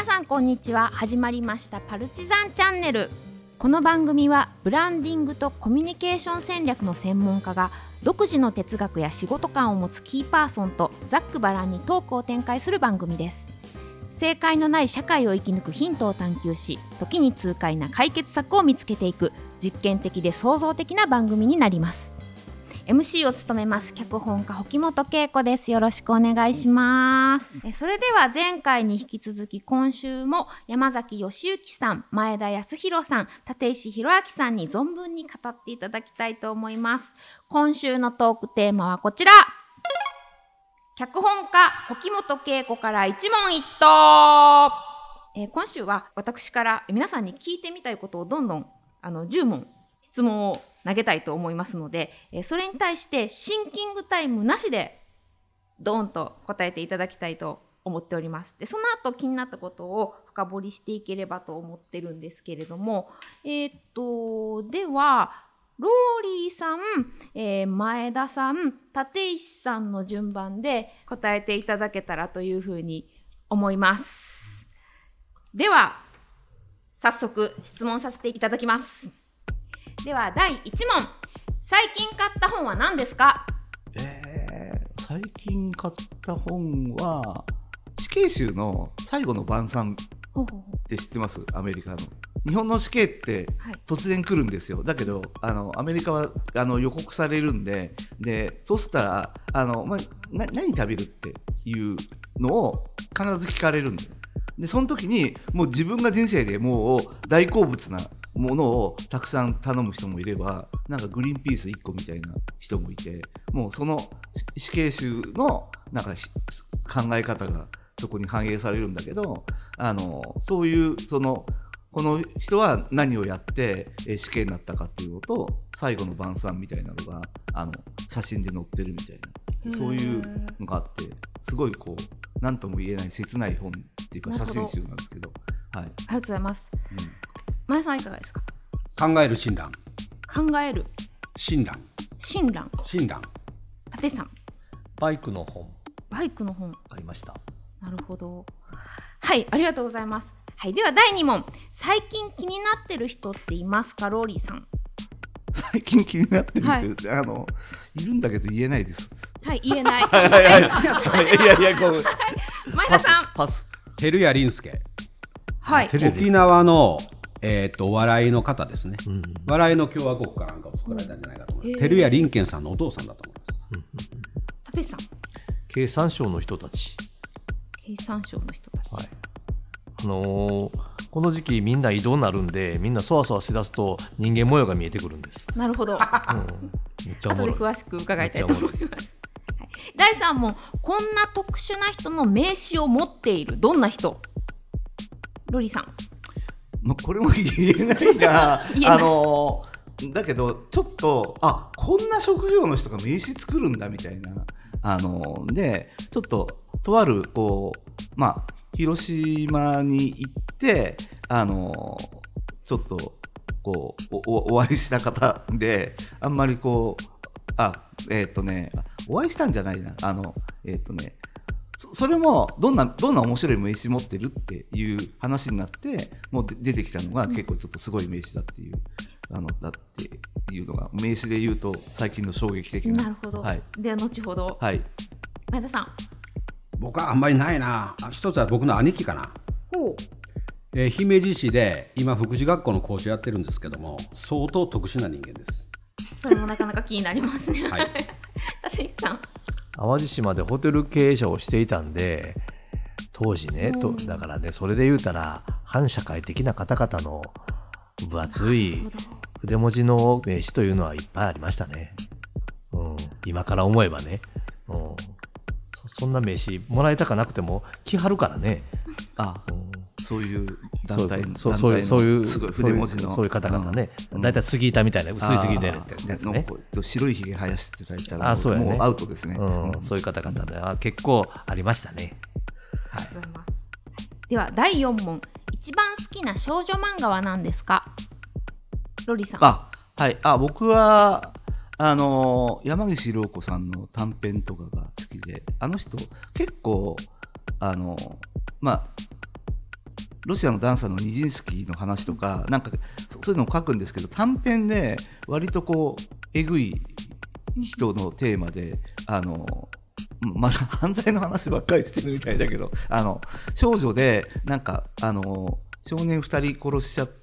皆さんこんにちは。始まりましたパルチザンチャンネル。この番組はブランディングとコミュニケーション戦略の専門家が独自の哲学や仕事観を持つキーパーソンとざっくばらんにトークを展開する番組です。正解のない社会を生き抜くヒントを探求し、時に痛快な解決策を見つけていく実験的で創造的な番組になります。MC を務めます脚本家保本恵子です。よろしくお願いします。それでは前回に引き続き今週も山崎義之さん、前田康弘さん、立石弘明さんに存分に語っていただきたいと思います。今週のトークテーマはこちら。脚本家保本恵子から一問一答。今週は私から皆さんに聞いてみたいことをどんどん10問質問を投げたいと思いますので、それに対してシンキングタイムなしでドーンと答えていただきたいと思っております。でその後気になったことを深掘りしていければと思ってるんですけれども、ではローリーさん、前田さん、立石さんの順番で答えていただけたらというふうに思います。では早速質問させていただきます。では第1問、最近買った本は何ですか？ 最近買った本は死刑囚の最後の晩餐って知ってます？アメリカの。日本の死刑って突然来るんですよ。だけどアメリカは予告されるんで、そうしたらお前何食べるっていうのを必ず聞かれるんで、その時にもう自分が人生でもう大好物なものをたくさん頼む人もいれば、なんかグリーンピース1個みたいな人もいて、もうその死刑囚のなんか考え方がそこに反映されるんだけど、そういうこの人は何をやって死刑になったかっていうのと、最後の晩餐みたいなのが写真で載ってるみたいな、そういうのがあって、すごい何とも言えない切ない本っていうか写真集なんですけど、はい、ありがとうございます。前さんいかがですか？ 考える親鸞。 考える親鸞。 親鸞。 親鸞。 立石さん。 バイクの本。 バイクの本。 買いました。 なるほど。はい、ありがとうございます。はい、では第2問。最近気になってる人っていますか？ローリーさん。 最近気になってる人、はい、いるんだけど言えないです。 はい、言えない。 いやごめん。 前田さん。 パス。 照屋林介。 はい。 沖縄のお笑いの方ですね、笑いの共和国かなんかを作られたんじゃないかと思います。照屋林健さんのお父さんだと思います。 立石さん。 経産省の人たち。 経産省の人たち。 はい。この時期みんな異動になるんで、みんなそわそわしだすと人間模様が見えてくるんです。 なるほど。 めっちゃおもろい。 後で詳しく伺いたいと思います。はい、第3問、こんな特殊な人の名刺を持っている。どんな人？ロリーさん。 これも言えないがだけどちょっとこんな職業の人が名刺作るんだみたいなで、ちょっととある広島に行ってちょっとお会いした方で、あんまりお会いしたんじゃないな、それもどんな面白い名刺持ってるっていう話になって、もう出てきたのが結構ちょっとすごい名刺だっていう、だっていうのが名刺で言うと最近の衝撃的な。 なるほど、 はい、 では後ほど。 はい、 前田さん。 僕はあんまりないな。一つは僕の兄貴かな。 ほう。 姫路市で今福祉学校の校長やってるんですけども、相当特殊な人間です。 それもなかなか気になりますね。 はい。 立石さん。 淡路島でホテル経営者をしていたんで、当時ね、だからね、それで言うたら反社会的な方々の分厚い筆文字の名刺というのはいっぱいありましたね。今から思えばね、そんな名刺もらいたかなくても来はるからね。 そういう団体のそういう筆文字のそういう方々ね、だいたい杉板みたいな薄い杉板ってやつね。 白いひげ生やしてたりしたらそうやね、 もうアウトですね。 そういう方々で結構ありましたね。 ありがとうございます。では第4問、一番好きな少女漫画は何ですか？ロリさん。 はい、僕は山岸涼子さんの短編とかが好きで、あの人結構ロシアのダンサーのニジンスキーの話とかなんかそういうのを書くんですけど、短編で割とこうえぐい人のテーマでまだ犯罪の話ばっかりしてるみたいだけど、少女でなんか少年2人殺しちゃって、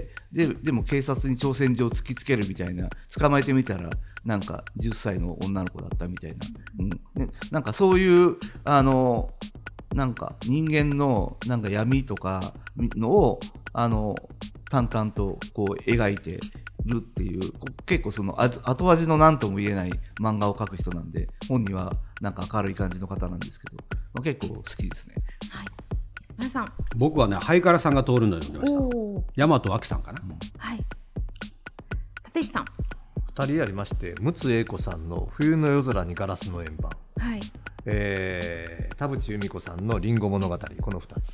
でも警察に挑戦状を突きつけるみたいな、捕まえてみたらなんか10歳の女の子だったみたいな、ね、なんかそういうなんか人間のなんか闇とかのを淡々とこう描いてるっていう、結構その後味の何とも言えない漫画を描く人なんで、本人はなんか明るい感じの方なんですけど、結構好きですね。 はい、皆さん。 僕はね、ハイカラさんが通るのを読んでました。大和明さんかな。 はい。立石さん。 2人ありまして、陸奥英子さんの冬の夜空にガラスの円盤、 はい、 田淵由美子さんのリンゴ物語、この2つ。はい、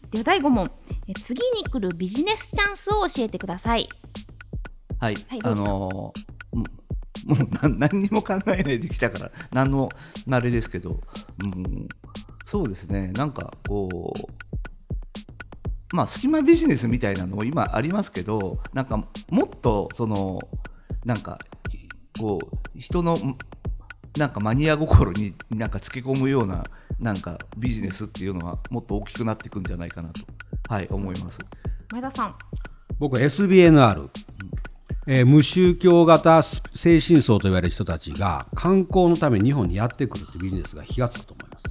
では第5問、次に来るビジネスチャンスを教えてください。 はい、もう何にも考えないできたから何のあれですけど、そうですね、なんかこう隙間ビジネスみたいなのも今ありますけど、なんかもっとそのなんかこう人のなんかマニア心になんかつけ込むようななんかビジネスっていうのはもっと大きくなっていくんじゃないかなと、はい、思います。 前田さん。 僕 SBNR、無宗教型精神層と言われる人たちが観光のために日本にやってくるってビジネスが火がつくと思います。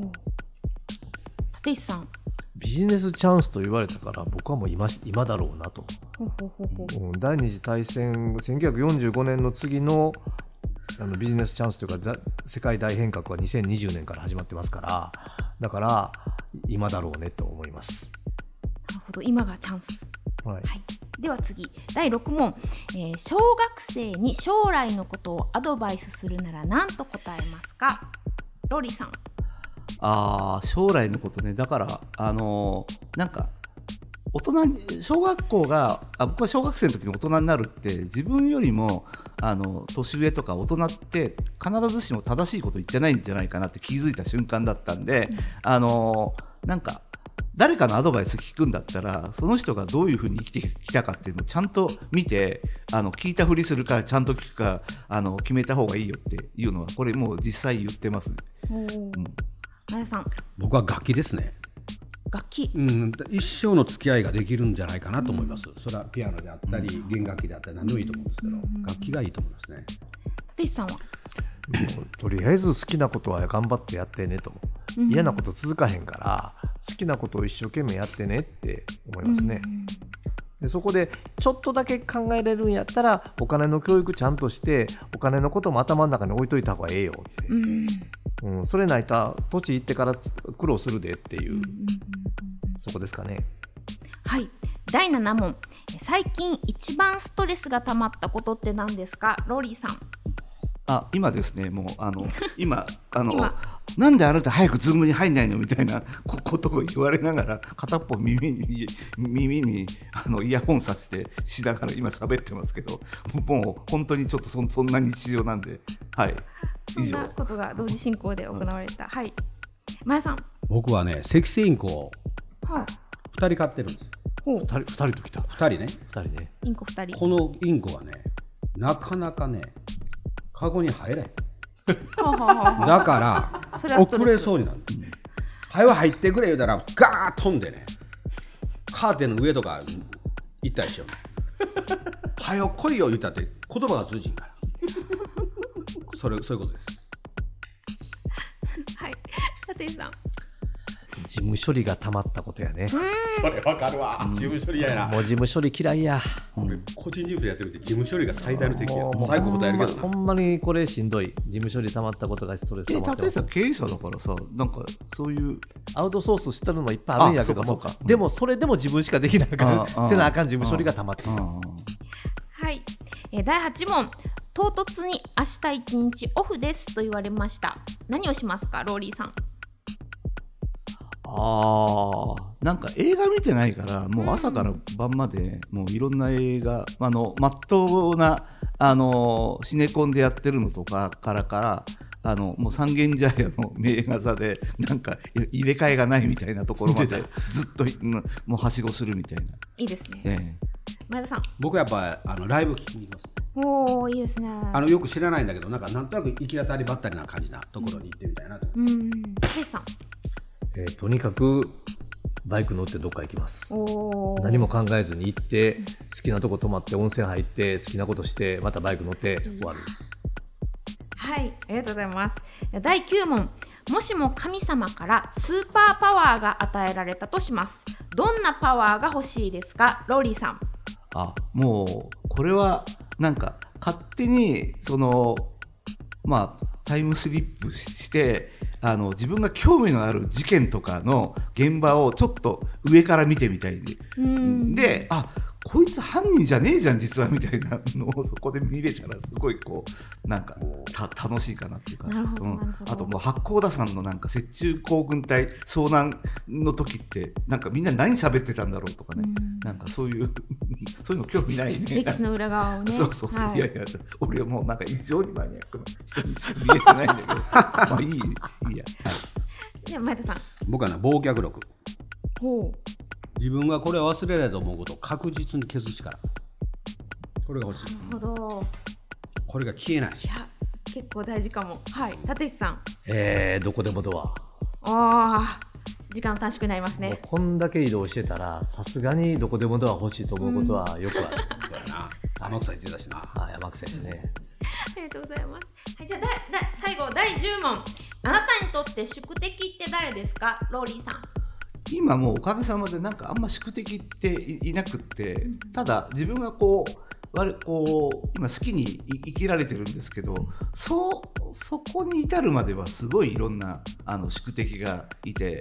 立石さん。 ビジネスチャンスと言われたから僕はもう 今だろうなと。第二次大戦1945年の次のビジネスチャンスというか世界大変革は2020年から始まってますから、だから今だろうねと思います。 なるほど、今がチャンス。 はい、 はい、では次第6問、小学生に将来のことをアドバイスするなら何と答えますか。ロリさん。 将来のことね。だからなんか大人に小学校が僕は小学生の時に大人になるって自分よりも年上とか大人って必ずしも正しいこと言ってないんじゃないかなって気づいた瞬間だったんで、なんか誰かのアドバイス聞くんだったらその人がどういうふうに生きてきたかっていうのをちゃんと見て聞いたふりするかちゃんと聞くか決めた方がいいよっていうのはこれもう実際言ってます。 さん。 僕は楽器ですね。 楽器、 一生の付き合いができるんじゃないかなと思います。それはピアノであったり、弦楽器であったり何でもいいと思うんですけど、楽器がいいと思いますね。 立石さんは。 とりあえず好きなことは頑張ってやってねと、嫌なこと続かへんから好きなことを一生懸命やってねって思いますね。でそこでちょっとだけ考えれるんやったらお金の教育ちゃんとしてお金のことも頭の中に置いといた方がええよって、それないと土地行ってから苦労するでっていう、そこですかね。 はい、第7問、最近一番ストレスが溜まったことって何ですか。ローリーさん。 今ですね、もう今なんであなた早くズームに入んないのみたいなことを言われながら片っぽ耳にイヤホンさせてしながら今喋ってますけど、もう本当にちょっとそんな日常なんで、はい、以上。 そんなことが同時進行で行われた、はい。前さん。 僕はね、積水インコを2人飼ってるんです。 2人ときた。 2人ね。 インコ2人。 このインコはね、なかなかねカゴに入れんだから遅れそうになる。早く入ってくれ言うたらガーッ飛んでね、カーテンの上とか行ったりしよう。早く来いよ言うたって言葉が通じんからそういうことです。 はい、立石さん。 事務処理がたまったことやね。 それわかるわ、事務処理やな。 もう事務処理嫌いや。 個人事務所やってみて事務処理が最大の敵や。最高答えるけどな。 ほんまにこれしんどい。事務処理たまったことがストレスたまってます。 立石さん経営者だからさ、なんかそういうアウトソースしてるのもいっぱいあるんやけども、でもそれでも自分しかできないからせなあかん事務処理がたまってる。 はい、第8問。唐突に明日一日オフですと言われました。何をしますか。ローリーさん。 なんか映画見てないからもう朝から晩までもういろんな映画まっとうなシネコンでやってるのとかからもう三軒茶屋の名画座でなんか入れ替えがないみたいなところまでずっともうはしごするみたいな。 いいですね。前田さん。 僕やっぱライブ聞きに行きます。 おー、いいですね。 よく知らないんだけどなんとなく行き当たりばったりな感じなところに行ってみたいなと思います。 さん。 とにかくバイク乗ってどっか行きます。何も考えずに行って好きなとこ泊まって温泉入って好きなことしてまたバイク乗って終わる。 はい、ありがとうございます。第9問。もしも神様からスーパーパワーが与えられたとします。どんなパワーが欲しいですか、ローリーさん。 もうこれはなんか勝手にタイムスリップして自分が興味のある事件とかの現場をちょっと上から見てみたいで、こいつ犯人じゃねえじゃん実はみたいなのをそこで見れたらすごいなんか楽しいかなっていうか。あともう八甲田山のなんか雪中行軍隊遭難の時ってなんかみんな何喋ってたんだろうとかね、なんかそういうの興味ないね。 歴史の裏側をね。 そう、いや俺はもうなんか異常にマニアックな人にしか見えてないんだけどまあいいや。 じゃあ前田さん。 僕は忘却録。自分がこれを忘れないと思うことを確実に消す力、これが欲しい。 なるほど。 これが消えない。 いや結構大事かも。はい、立石さん。 どこでもドア。 時間短縮になりますね。 こんだけ移動してたらさすがにどこでもドア欲しいと思うことはよくある。 天草行ってたしな。 山草ですね。 ありがとうございます。はい、じゃあ最後第10問。あなたにとって宿敵って誰ですか、ローリーさん。 今もうおかげさまでなんかあんま宿敵っていなくって、ただ自分が今好きに生きられてるんですけど、そこに至るまではすごいいろんな宿敵がいて、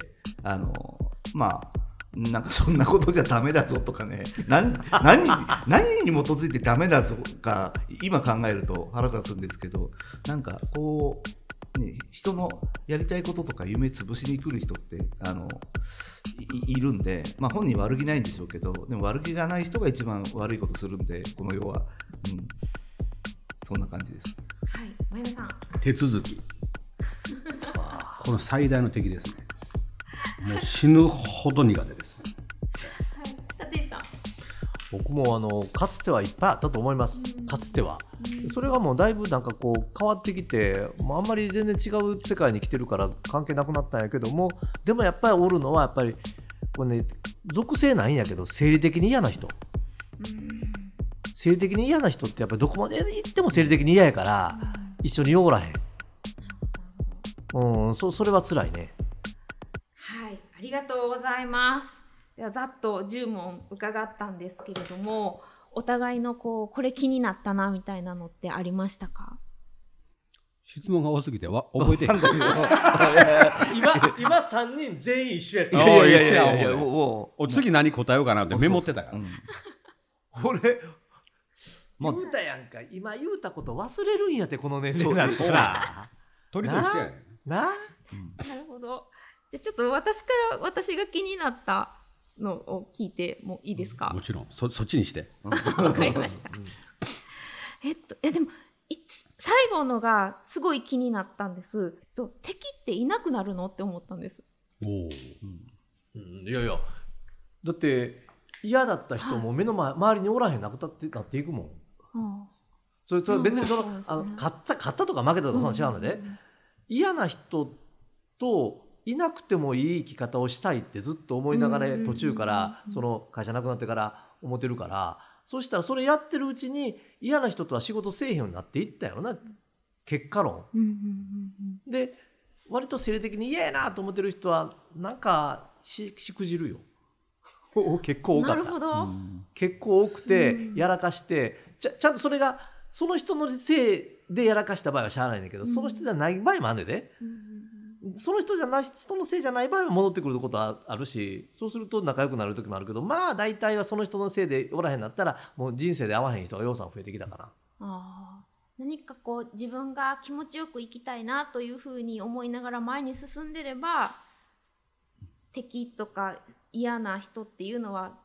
なんかそんなことじゃダメだぞとかね、何に基づいてダメだぞか今考えると腹立つんですけど、なんか人のやりたいこととか夢潰しに来る人っているんで、本人悪気ないんでしょうけど、でも悪気がない人が一番悪いことするんで、この世は、そんな感じです。 はい、前田さん。 手続きこの最大の敵ですね。もう死ぬほど苦手です。 はい、立石さん。 僕もかつてはいっぱいあったと思います。かつてはそれがもうだいぶなんか変わってきて、あんまり全然違う世界に来てるから関係なくなったんやけども、でもやっぱりおるのはやっぱりこれね、属性ないんやけど生理的に嫌な人。生理的に嫌な人ってやっぱりどこまで行っても生理的に嫌やから一緒におらへん。それは辛いね。 はい、ありがとうございます。ではざっと10問伺ったんですけれども、お互いのこれ気になったなみたいなのってありましたか？ 質問が多すぎて覚えてへん今3人全員一緒やった。 いやもう次何答えようかなってメモってたから。 俺言うたやんか、今言うたこと忘れるんやって、この年齢になったら。 鳥と一緒やねんなるほど。じゃあちょっと私が気になったのを聞いてもいいですか？ もちろんそっちにして。 わかりました。でも最後のがすごい気になったんです。敵っていなくなるのって思ったんです。 いやだって嫌だった人も目の周りにおらへんなっていくもん。それ別に勝ったとか負けたとかそんな違うので、嫌な人といなくてもいい生き方をしたいってずっと思いながら途中からその会社なくなってから思ってるから、そしたらそれやってるうちに嫌な人とは仕事せえへんようになっていったよな、結果論。で割と生理的に嫌やなと思ってる人はなんかしくじるよ。結構多かった。なるほど。結構多くてやらかしてちゃんとそれがその人のせいでやらかした場合はしゃあないんだけど、その人じゃない場合もあるんでね。その人のせいじゃない場合は戻ってくることはあるし、そうすると仲良くなる時もあるけど、大体はその人のせいでおらへんなったらもう人生で会わへん人がようさん増えてきたかな。 何か自分が気持ちよく生きたいなというふうに思いながら前に進んでれば、敵とか嫌な人っていうのは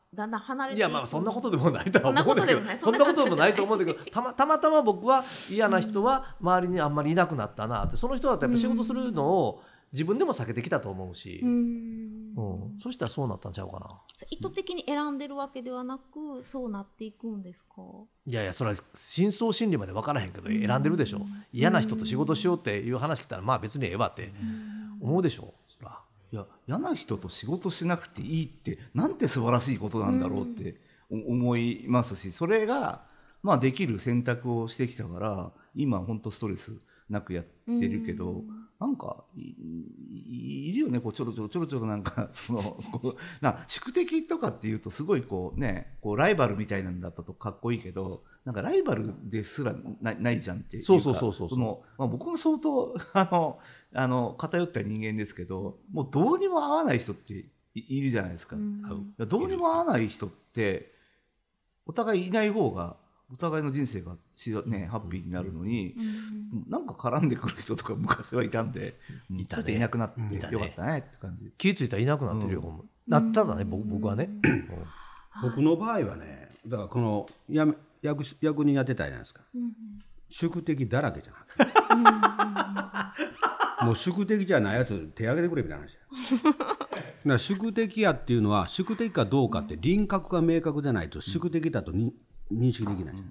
だんだん離れていやまあそんなことでもないとは思うんだけど、 そんなことでもないと思うんだけど、たまたま僕は嫌な人は周りにあんまりいなくなったなって、その人だとやっぱ仕事するのを自分でも避けてきたと思うし、そしたらそうなったんちゃうかな。 意図的に選んでるわけではなくそうなっていくんですか？ いやいや、それは深層心理まで分からへんけど選んでるでしょ。嫌な人と仕事しようっていう話来たらまあ別にええわって思うでしょ。そらいや、嫌な人と仕事しなくていいってなんて素晴らしいことなんだろうって思いますし、それがまあできる選択をしてきたから今本当ストレスなくやってるけど、なんか いるよね、こうちょろちょろなんかそのこう宿敵とかっていうとすごいこうね、こうライバルみたいなんだったとかっこいいけど、なんかライバルですらないじゃんっていうか、そう僕も相当偏った人間ですけど、もうどうにも合わない人っているじゃないですか。どうにも合わない人ってお互いいない方がお互いの人生がハッピーになるのに、なんか絡んでくる人とか昔はいたんで、ちょっといなくなってよかったねって感じ。 気ぃついたらいなくなってるよ、なったらね、僕はね。 僕の場合はね、だからこの役人やってたじゃないですか、宿敵だらけじゃなもう宿敵じゃないやつ手挙げてくれみたいな話だから宿敵やっていうのは宿敵かどうかって輪郭が明確でないと宿敵だと認識できない。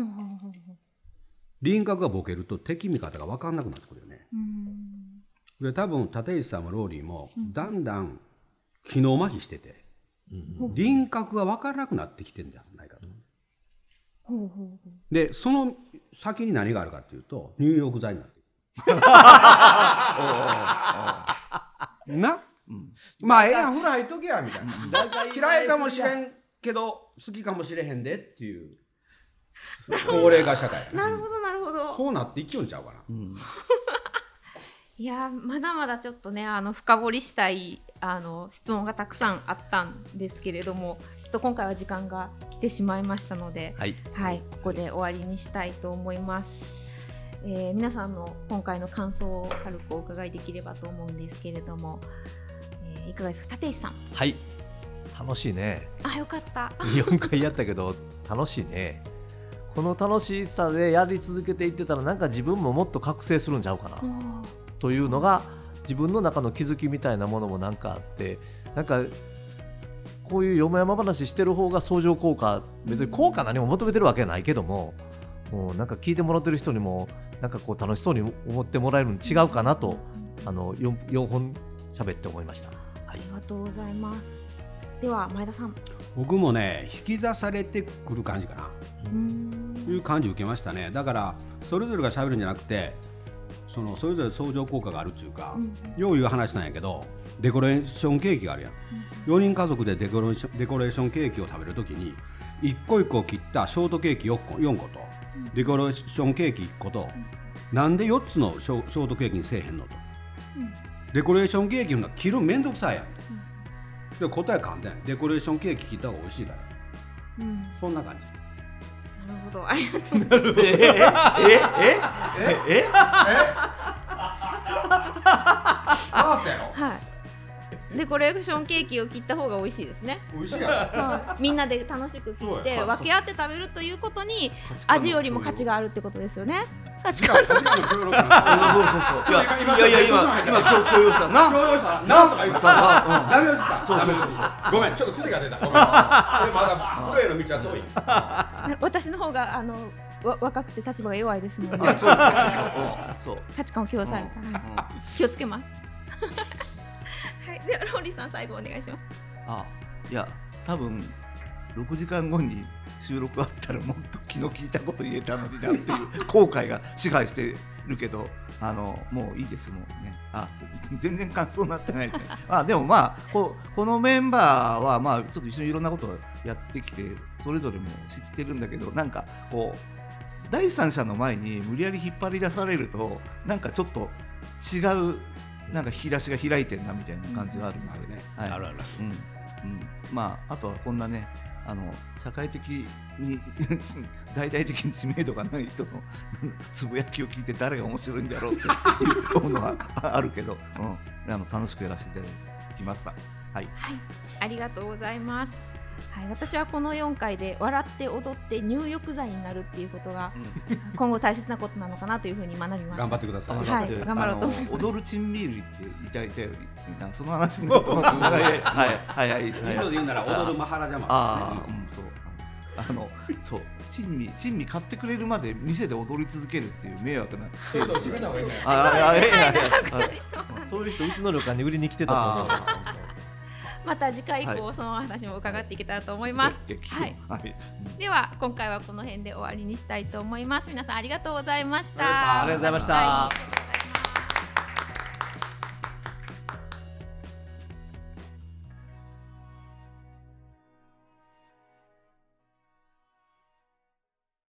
輪郭がボケると敵味方が分かんなくなってくるよね。で多分立石さんもローリーもだんだん機能麻痺してて、輪郭が分からなくなってきてるんじゃないかと。でその先に何があるかっていうと入浴剤になってるな、まあええやん、風呂入っとけやみたいな嫌いかもしれんけど好きかもしれへんでっていう高齢化社会。 なるほどなるほど。 そうなっていっちゃうんちゃうかな。 いやまだまだちょっとね深掘りしたい質問がたくさんあったんですけれども、ちょっと今回は時間が来てしまいましたので、はい、ここで終わりにしたいと思います。皆さんの今回の感想を軽くお伺いできればと思うんですけれども、いかがですか、立石さん。 はい、楽しいね。 よかった。 4回やったけど楽しいね。この楽しさでやり続けていってたらなんか自分ももっと覚醒するんちゃうかなというのが自分の中の気づきみたいなものもなんかあって、なんかこういうよもやま話してる方が相乗効果、別に効果何も求めてるわけないけども、もうなんか聞いてもらってる人にもなんかこう楽しそうに思ってもらえるの違うかなと4本喋って思いました。 ありがとうございます。では前田さん。 僕もね引き出されてくる感じかなという感じを受けましたね。だからそれぞれが喋るんじゃなくてそれぞれ相乗効果があるっていうか、よういう話なんやけど、デコレーションケーキがあるやん、4人家族でデコレーションケーキを食べるときに一個一個切ったショートケーキ4個とデコレーションケーキ1個と、なんで4つのショートケーキにせえへんのと、デコレーションケーキの切るめんどくさいやん、で答え簡単、デコレーションケーキ切った方が美味しいから、そんな感じ。 なるほど、ありがとうございます。はい。デコレーションケーキを切った方が美味しいですね。 美味しいやん。みんなで楽しく切って分け合って食べるということに味よりも価値があるってことですよね。価値観の協力。そう。いや今共有したな。 なんとか言ったらダメ押しした。そう。ごめん、ちょっと癖が出た。ごめん。まだプロへの道は遠い。 私の方が若くて立場が弱いですもんね。そう。価値観を強要された。気をつけます。はい、ではローリーさん最後お願いします。 いや多分6時間後に収録あったらもっと気の利いたこと言えたのになっていう後悔が支配してるけど、もういいですもんね。全然感想になってない、ね。でもこのメンバーはちょっと一緒にいろんなことをやってきてそれぞれも知ってるんだけど、なんかこう第三者の前に無理やり引っ張り出されるとなんかちょっと違うなんか引き出しが開いてんなみたいな感じがあるのでね。あるある。あとはこんなね社会的に大々的に知名度がない人のつぶやきを聞いて誰が面白いんだろうっていうのはあるけど、楽しくやらせていただきました。はい。 ありがとうございます。 はい、私はこの4回で笑って踊って入浴剤になるっていうことが今後大切なことなのかなというふうに学びました。 頑張ってください。 はい、頑張ろうと思います。 踊るチンビールって言いたいよりその話になると思うんですけど、はい。 インドで言うなら踊るマハラジャマン。 そう珍味買ってくれるまで店で踊り続けるっていう迷惑な。 そういう人うちの旅館に売りに来てたと思う。 また次回以降その話も伺っていけたらと思います。では今回はこの辺で終わりにしたいと思います。皆さんありがとうございました。 ありがとうございました。